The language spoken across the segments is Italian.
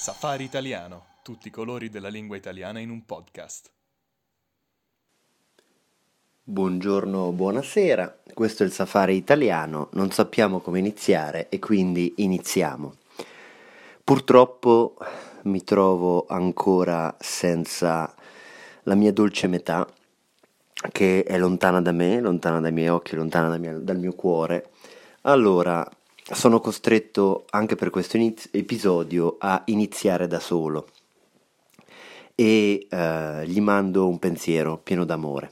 Safari Italiano, tutti i colori della lingua italiana in un podcast. Buongiorno, buonasera, questo è il Safari Italiano, non sappiamo come iniziare e quindi iniziamo. Purtroppo mi trovo ancora senza la mia dolce metà, che è lontana da me, lontana dai miei occhi, lontana dal mio cuore. Allora, sono costretto anche per questo episodio a iniziare da solo e gli mando un pensiero pieno d'amore.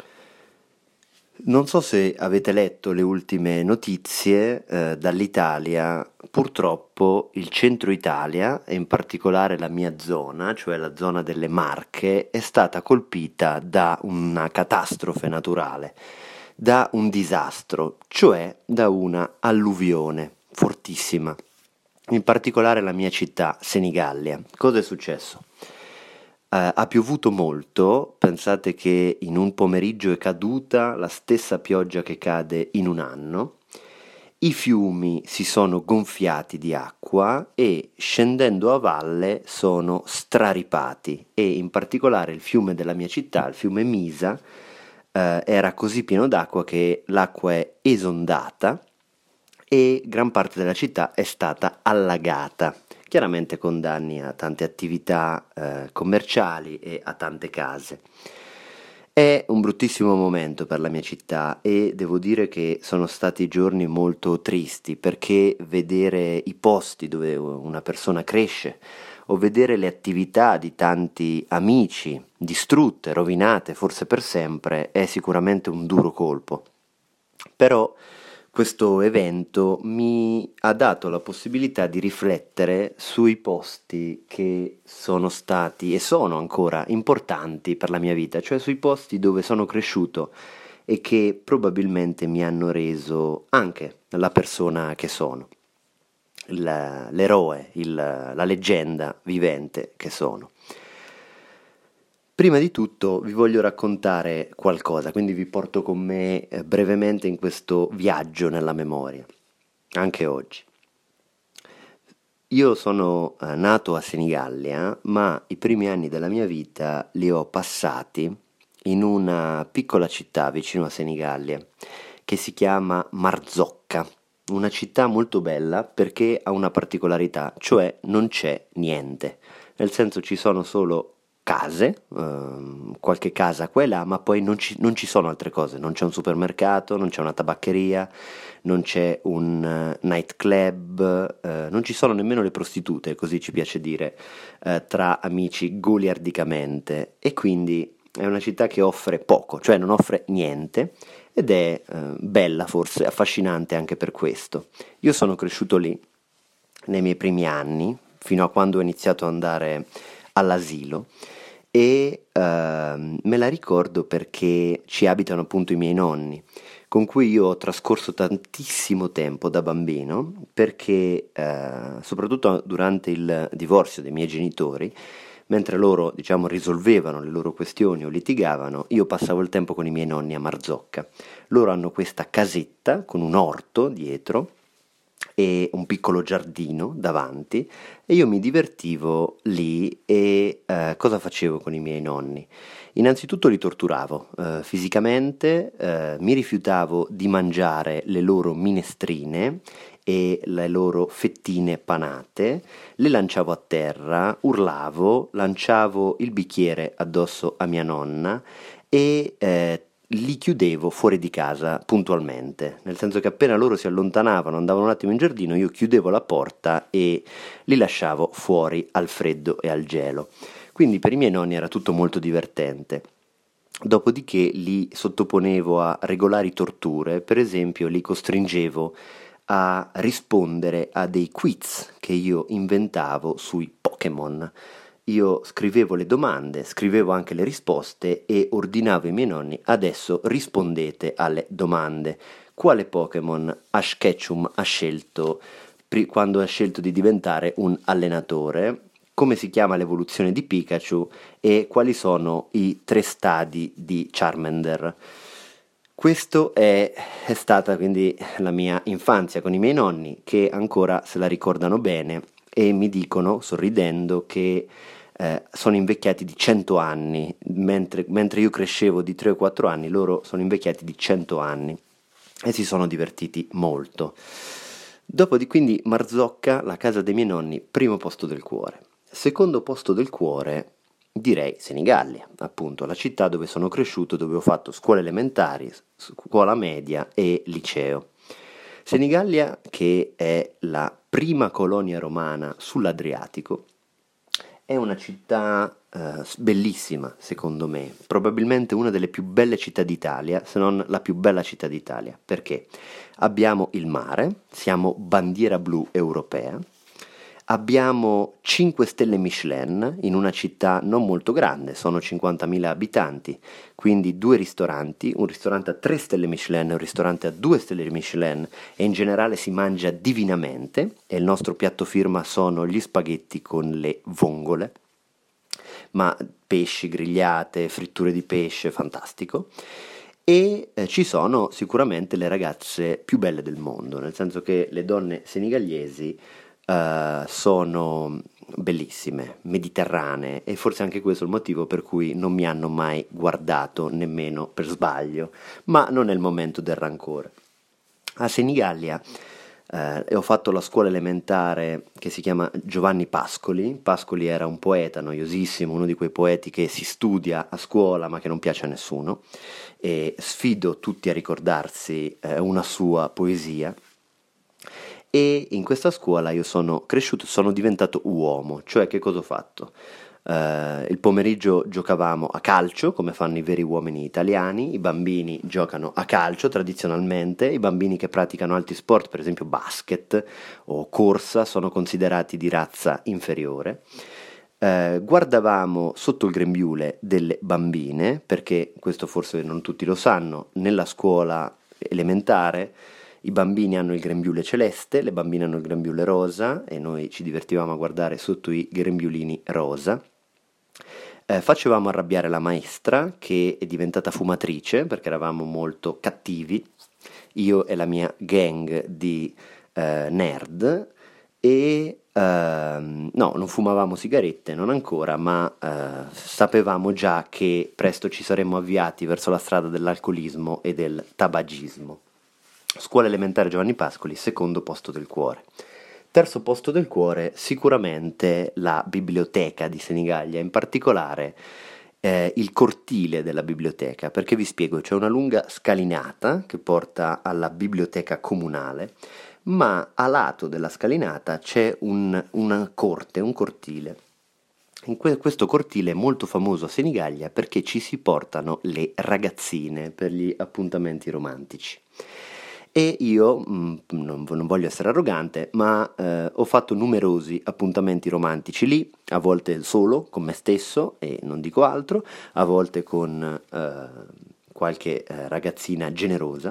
Non so se avete letto le ultime notizie dall'Italia. Purtroppo il centro Italia, e in particolare la mia zona, cioè la zona delle Marche, è stata colpita da una catastrofe naturale, da un disastro, cioè da una alluvione fortissima. In particolare la mia città, Senigallia. Cosa è successo? Ha piovuto molto, pensate che in un pomeriggio è caduta la stessa pioggia che cade in un anno, i fiumi si sono gonfiati di acqua e scendendo a valle sono straripati e in particolare il fiume della mia città, il fiume Misa, era così pieno d'acqua che l'acqua è esondata e gran parte della città è stata allagata. Chiaramente con danni a tante attività commerciali e a tante case. È un bruttissimo momento per la mia città e devo dire che sono stati giorni molto tristi perché vedere i posti dove una persona cresce o vedere le attività di tanti amici distrutte, rovinate, forse per sempre, è sicuramente un duro colpo. Però questo evento mi ha dato la possibilità di riflettere sui posti che sono stati e sono ancora importanti per la mia vita, cioè sui posti dove sono cresciuto e che probabilmente mi hanno reso anche la persona che sono, l'eroe, la leggenda vivente che sono. Prima di tutto vi voglio raccontare qualcosa, quindi vi porto con me brevemente in questo viaggio nella memoria, anche oggi. Io sono nato a Senigallia, ma i primi anni della mia vita li ho passati in una piccola città vicino a Senigallia, che si chiama Marzocca, una città molto bella perché ha una particolarità, cioè non c'è niente, nel senso ci sono solo case, qualche casa qua e là, ma poi non ci sono altre cose, non c'è un supermercato, non c'è una tabaccheria, non c'è un nightclub, non ci sono nemmeno le prostitute, così ci piace dire tra amici goliardicamente, e quindi è una città che offre poco, cioè non offre niente, ed è bella, forse affascinante anche per questo. Io sono cresciuto lì nei miei primi anni, fino a quando ho iniziato ad andare all'asilo, e me la ricordo perché ci abitano appunto i miei nonni, con cui io ho trascorso tantissimo tempo da bambino, perché soprattutto durante il divorzio dei miei genitori, mentre loro, diciamo, risolvevano le loro questioni o litigavano, io passavo il tempo con i miei nonni a Marzocca. Loro hanno questa casetta con un orto dietro e un piccolo giardino davanti, e io mi divertivo lì e cosa facevo con i miei nonni? Innanzitutto li torturavo fisicamente, mi rifiutavo di mangiare le loro minestrine e le loro fettine panate, le lanciavo a terra, urlavo, lanciavo il bicchiere addosso a mia nonna e li chiudevo fuori di casa puntualmente, nel senso che appena loro si allontanavano, andavano un attimo in giardino, io chiudevo la porta e li lasciavo fuori al freddo e al gelo. Quindi per i miei nonni era tutto molto divertente. Dopodiché li sottoponevo a regolari torture, per esempio li costringevo a rispondere a dei quiz che io inventavo sui Pokémon. Io scrivevo le domande, scrivevo anche le risposte e ordinavo ai miei nonni: adesso rispondete alle domande. Quale Pokémon Ash Ketchum ha scelto quando ha scelto di diventare un allenatore? Come si chiama l'evoluzione di Pikachu e quali sono i 3 stadi di Charmander? Questo è stata quindi la mia infanzia con i miei nonni, che ancora se la ricordano bene e mi dicono, sorridendo, che sono invecchiati di 100 anni, mentre io crescevo di 3 o 4 anni, loro sono invecchiati di 100 anni e si sono divertiti molto. Quindi Marzocca, la casa dei miei nonni, primo posto del cuore. Secondo posto del cuore, direi Senigallia, appunto, la città dove sono cresciuto, dove ho fatto scuole elementari, scuola media e liceo. Senigallia, che è la prima colonia romana sull'Adriatico, è una città bellissima, secondo me, probabilmente una delle più belle città d'Italia, se non la più bella città d'Italia, perché abbiamo il mare, siamo bandiera blu europea, abbiamo 5 stelle Michelin in una città non molto grande, sono 50.000 abitanti, quindi 2 ristoranti, un ristorante a 3 stelle Michelin e un ristorante a 2 stelle Michelin, e in generale si mangia divinamente, e il nostro piatto firma sono gli spaghetti con le vongole, ma pesci grigliate, fritture di pesce, fantastico. E ci sono sicuramente le ragazze più belle del mondo, nel senso che le donne senegallesi sono bellissime, mediterranee, e forse anche questo è il motivo per cui non mi hanno mai guardato nemmeno per sbaglio, ma non è il momento del rancore. A Senigallia ho fatto la scuola elementare che si chiama Giovanni Pascoli. Pascoli era un poeta noiosissimo, uno di quei poeti che si studia a scuola ma che non piace a nessuno, e sfido tutti a ricordarsi una sua poesia. E in questa scuola io sono cresciuto, sono diventato uomo, cioè che cosa ho fatto? Il pomeriggio giocavamo a calcio, come fanno i veri uomini italiani, i bambini giocano a calcio tradizionalmente, i bambini che praticano altri sport, per esempio basket o corsa, sono considerati di razza inferiore. Guardavamo sotto il grembiule delle bambine, perché questo forse non tutti lo sanno, nella scuola elementare i bambini hanno il grembiule celeste, le bambine hanno il grembiule rosa e noi ci divertivamo a guardare sotto i grembiulini rosa. Facevamo arrabbiare la maestra, che è diventata fumatrice perché eravamo molto cattivi, io e la mia gang di nerd, e no, non fumavamo sigarette, non ancora, ma sapevamo già che presto ci saremmo avviati verso la strada dell'alcolismo e del tabagismo. Scuola elementare Giovanni Pascoli, secondo posto del cuore. Terzo posto del cuore, sicuramente la biblioteca di Senigallia, in particolare il cortile della biblioteca, perché vi spiego, c'è una lunga scalinata che porta alla biblioteca comunale, ma a lato della scalinata c'è una corte, un cortile. Questo cortile è molto famoso a Senigallia perché ci si portano le ragazzine per gli appuntamenti romantici. E io, non voglio essere arrogante, ma ho fatto numerosi appuntamenti romantici lì, a volte solo, con me stesso, e non dico altro, a volte con qualche ragazzina generosa.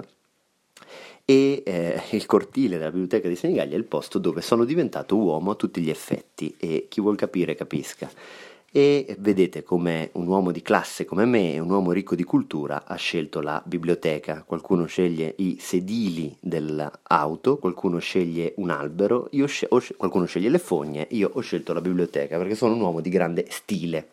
E il cortile della biblioteca di Senigallia è il posto dove sono diventato uomo a tutti gli effetti, e chi vuol capire capisca. E vedete come un uomo di classe come me e un uomo ricco di cultura ha scelto la biblioteca. Qualcuno sceglie i sedili dell'auto, qualcuno sceglie un albero, qualcuno sceglie le fogne, io ho scelto la biblioteca perché sono un uomo di grande stile.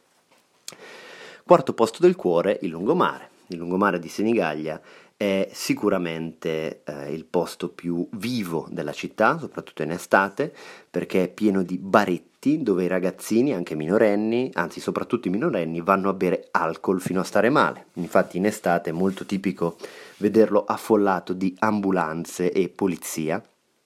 Quarto posto del cuore, il lungomare. Il lungomare di Senigallia è sicuramente il posto più vivo della città, soprattutto in estate, perché è pieno di baretti dove i ragazzini, anche minorenni, anzi soprattutto i minorenni, vanno a bere alcol fino a stare male. Infatti in estate è molto tipico vederlo affollato di ambulanze e polizia.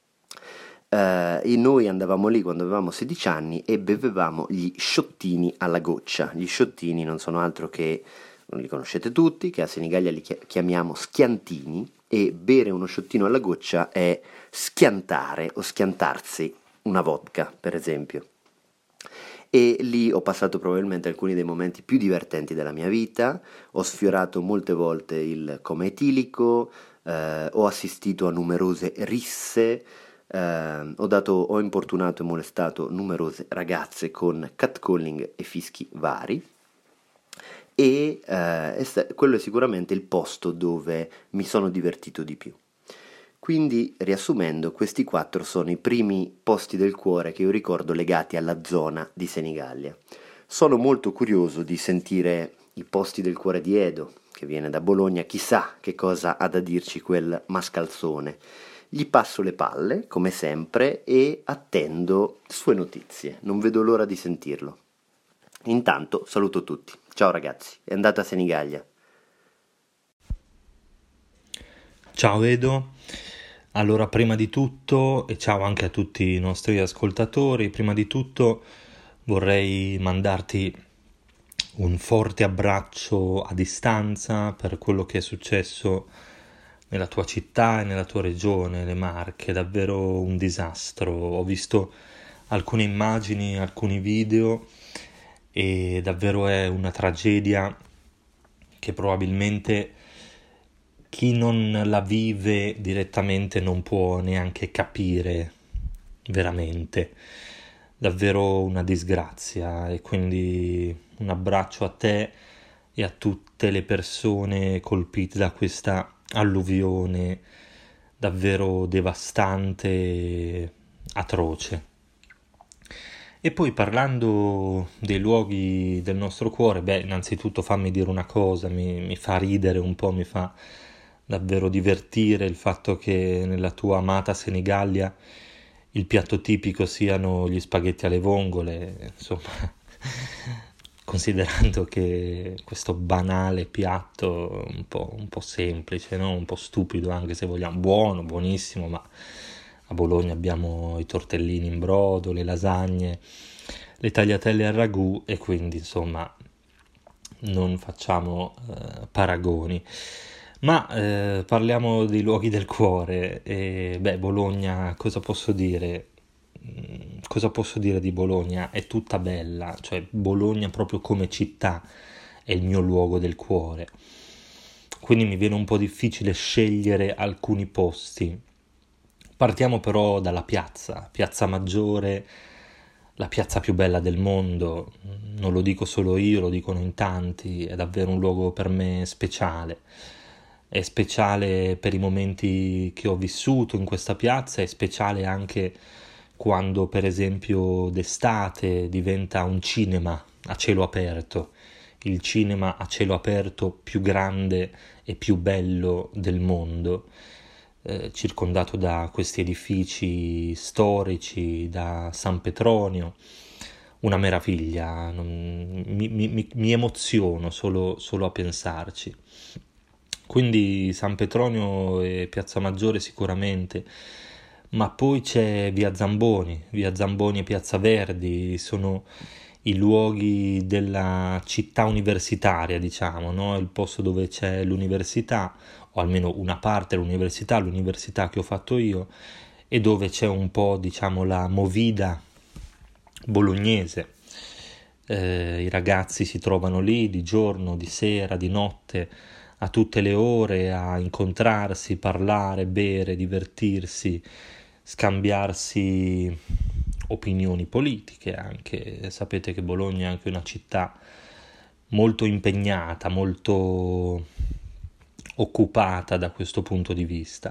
E noi andavamo lì quando avevamo 16 anni e bevevamo gli sciottini alla goccia. Gli sciottini non sono altro che, non li conoscete tutti, che a Senigallia li chiamiamo schiantini, e bere uno sciottino alla goccia è schiantare o schiantarsi una vodka, per esempio. E lì ho passato probabilmente alcuni dei momenti più divertenti della mia vita, ho sfiorato molte volte il coma etilico, ho assistito a numerose risse, ho importunato e molestato numerose ragazze con catcalling e fischi vari, e quello è sicuramente il posto dove mi sono divertito di più. Quindi, riassumendo, questi quattro sono i primi posti del cuore che io ricordo legati alla zona di Senigallia. Sono molto curioso di sentire i posti del cuore di Edo, che viene da Bologna, chissà che cosa ha da dirci quel mascalzone. Gli passo le palle, come sempre, e attendo sue notizie. Non vedo l'ora di sentirlo. Intanto saluto tutti. Ciao ragazzi, è andata a Senigallia. Ciao Edo, allora prima di tutto, e ciao anche a tutti i nostri ascoltatori, prima di tutto vorrei mandarti un forte abbraccio a distanza per quello che è successo nella tua città e nella tua regione, le Marche, davvero un disastro. Ho visto alcune immagini, alcuni video e davvero è una tragedia che probabilmente chi non la vive direttamente non può neanche capire veramente. Davvero una disgrazia e quindi un abbraccio a te e a tutte le persone colpite da questa alluvione davvero devastante e atroce. E poi parlando dei luoghi del nostro cuore, beh, innanzitutto fammi dire una cosa, mi fa ridere un po', mi fa davvero divertire il fatto che nella tua amata Senigallia il piatto tipico siano gli spaghetti alle vongole, insomma, considerando che questo banale piatto un po' semplice, no? Un po' stupido anche se vogliamo, buono, buonissimo, ma a Bologna abbiamo i tortellini in brodo, le lasagne, le tagliatelle al ragù e quindi insomma non facciamo paragoni. Ma parliamo dei luoghi del cuore e beh, Bologna, cosa posso dire? Cosa posso dire di Bologna? È tutta bella, cioè Bologna proprio come città è il mio luogo del cuore. Quindi mi viene un po' difficile scegliere alcuni posti. Partiamo però dalla piazza, Piazza Maggiore, la piazza più bella del mondo, non lo dico solo io, lo dicono in tanti, è davvero un luogo per me speciale. È speciale per i momenti che ho vissuto in questa piazza, è speciale anche quando per esempio d'estate diventa un cinema a cielo aperto, il cinema a cielo aperto più grande e più bello del mondo, circondato da questi edifici storici, da San Petronio, una meraviglia, mi emoziono solo a pensarci. Quindi San Petronio e Piazza Maggiore sicuramente, ma poi c'è Via Zamboni e Piazza Verdi, sono i luoghi della città universitaria, diciamo, no? Il posto dove c'è l'università, o almeno una parte dell'università, l'università che ho fatto io, e dove c'è un po', diciamo, la movida bolognese. I ragazzi si trovano lì di giorno, di sera, di notte, a tutte le ore a incontrarsi, parlare, bere, divertirsi, scambiarsi opinioni politiche anche. Sapete che Bologna è anche una città molto impegnata, molto occupata da questo punto di vista.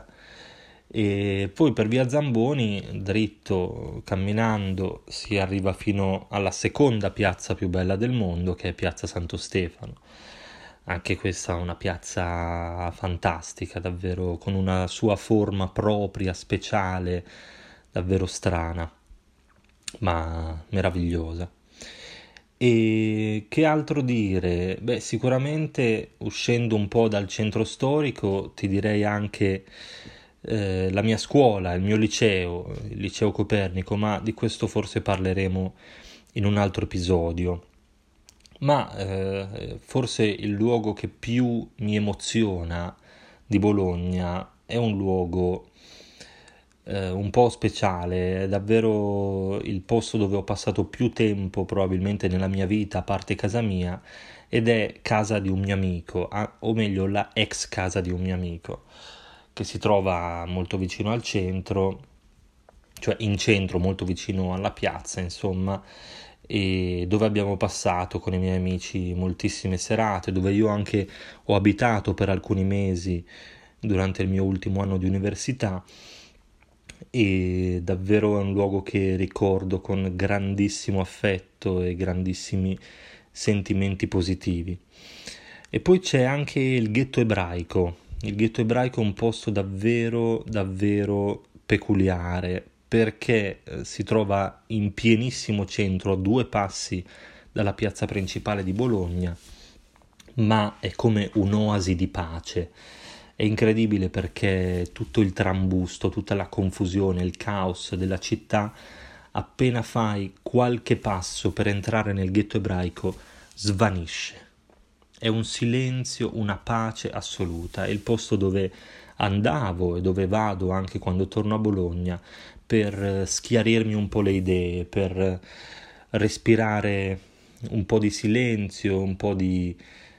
E poi per via Zamboni, dritto camminando, si arriva fino alla seconda piazza più bella del mondo, che è Piazza Santo Stefano. Anche questa è una piazza fantastica, davvero con una sua forma propria, speciale, davvero strana, ma meravigliosa. E che altro dire? Beh, sicuramente uscendo un po' dal centro storico, ti direi anche la mia scuola, il liceo Copernico, ma di questo forse parleremo in un altro episodio. Ma forse il luogo che più mi emoziona di Bologna è un luogo un po' speciale, è davvero il posto dove ho passato più tempo probabilmente nella mia vita, a parte casa mia, ed è casa di un mio amico, o meglio la ex casa di un mio amico, che si trova molto vicino al centro, cioè in centro, molto vicino alla piazza, insomma, e dove abbiamo passato con i miei amici moltissime serate, dove io anche ho abitato per alcuni mesi durante il mio ultimo anno di università, e davvero è un luogo che ricordo con grandissimo affetto e grandissimi sentimenti positivi. E poi c'è anche il ghetto ebraico. Il ghetto ebraico è un posto davvero, davvero peculiare, perché si trova in pienissimo centro, a 2 passi dalla piazza principale di Bologna, ma è come un'oasi di pace. È incredibile perché tutto il trambusto, tutta la confusione, il caos della città, appena fai qualche passo per entrare nel ghetto ebraico, svanisce. È un silenzio, una pace assoluta. È il posto dove andavo e dove vado anche quando torno a Bologna per schiarirmi un po' le idee, per respirare un po' di silenzio, un po' di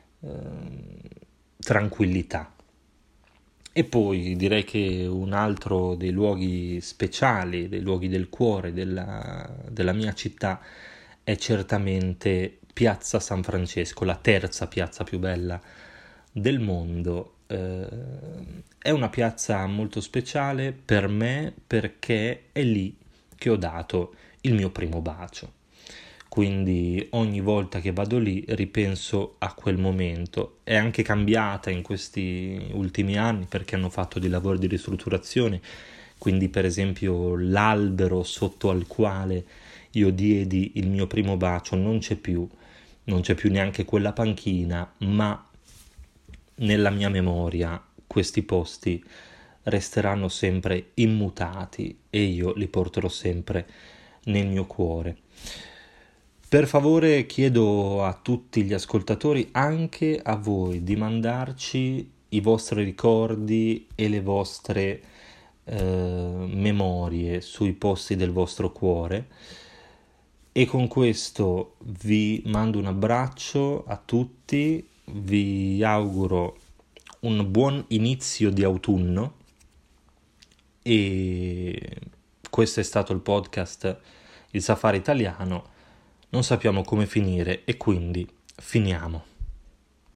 tranquillità. E poi direi che un altro dei luoghi speciali, dei luoghi del cuore della mia città è certamente Piazza San Francesco, la terza piazza più bella del mondo. È una piazza molto speciale per me perché è lì che ho dato il mio primo bacio. Quindi ogni volta che vado lì ripenso a quel momento. È anche cambiata in questi ultimi anni perché hanno fatto dei lavori di ristrutturazione, quindi per esempio l'albero sotto al quale io diedi il mio primo bacio non c'è più neanche quella panchina, ma nella mia memoria questi posti resteranno sempre immutati e io li porterò sempre nel mio cuore. Per favore chiedo a tutti gli ascoltatori, anche a voi, di mandarci i vostri ricordi e le vostre memorie sui posti del vostro cuore. E con questo vi mando un abbraccio a tutti, vi auguro un buon inizio di autunno e questo è stato il podcast Il Safari Italiano. Non sappiamo come finire e quindi finiamo.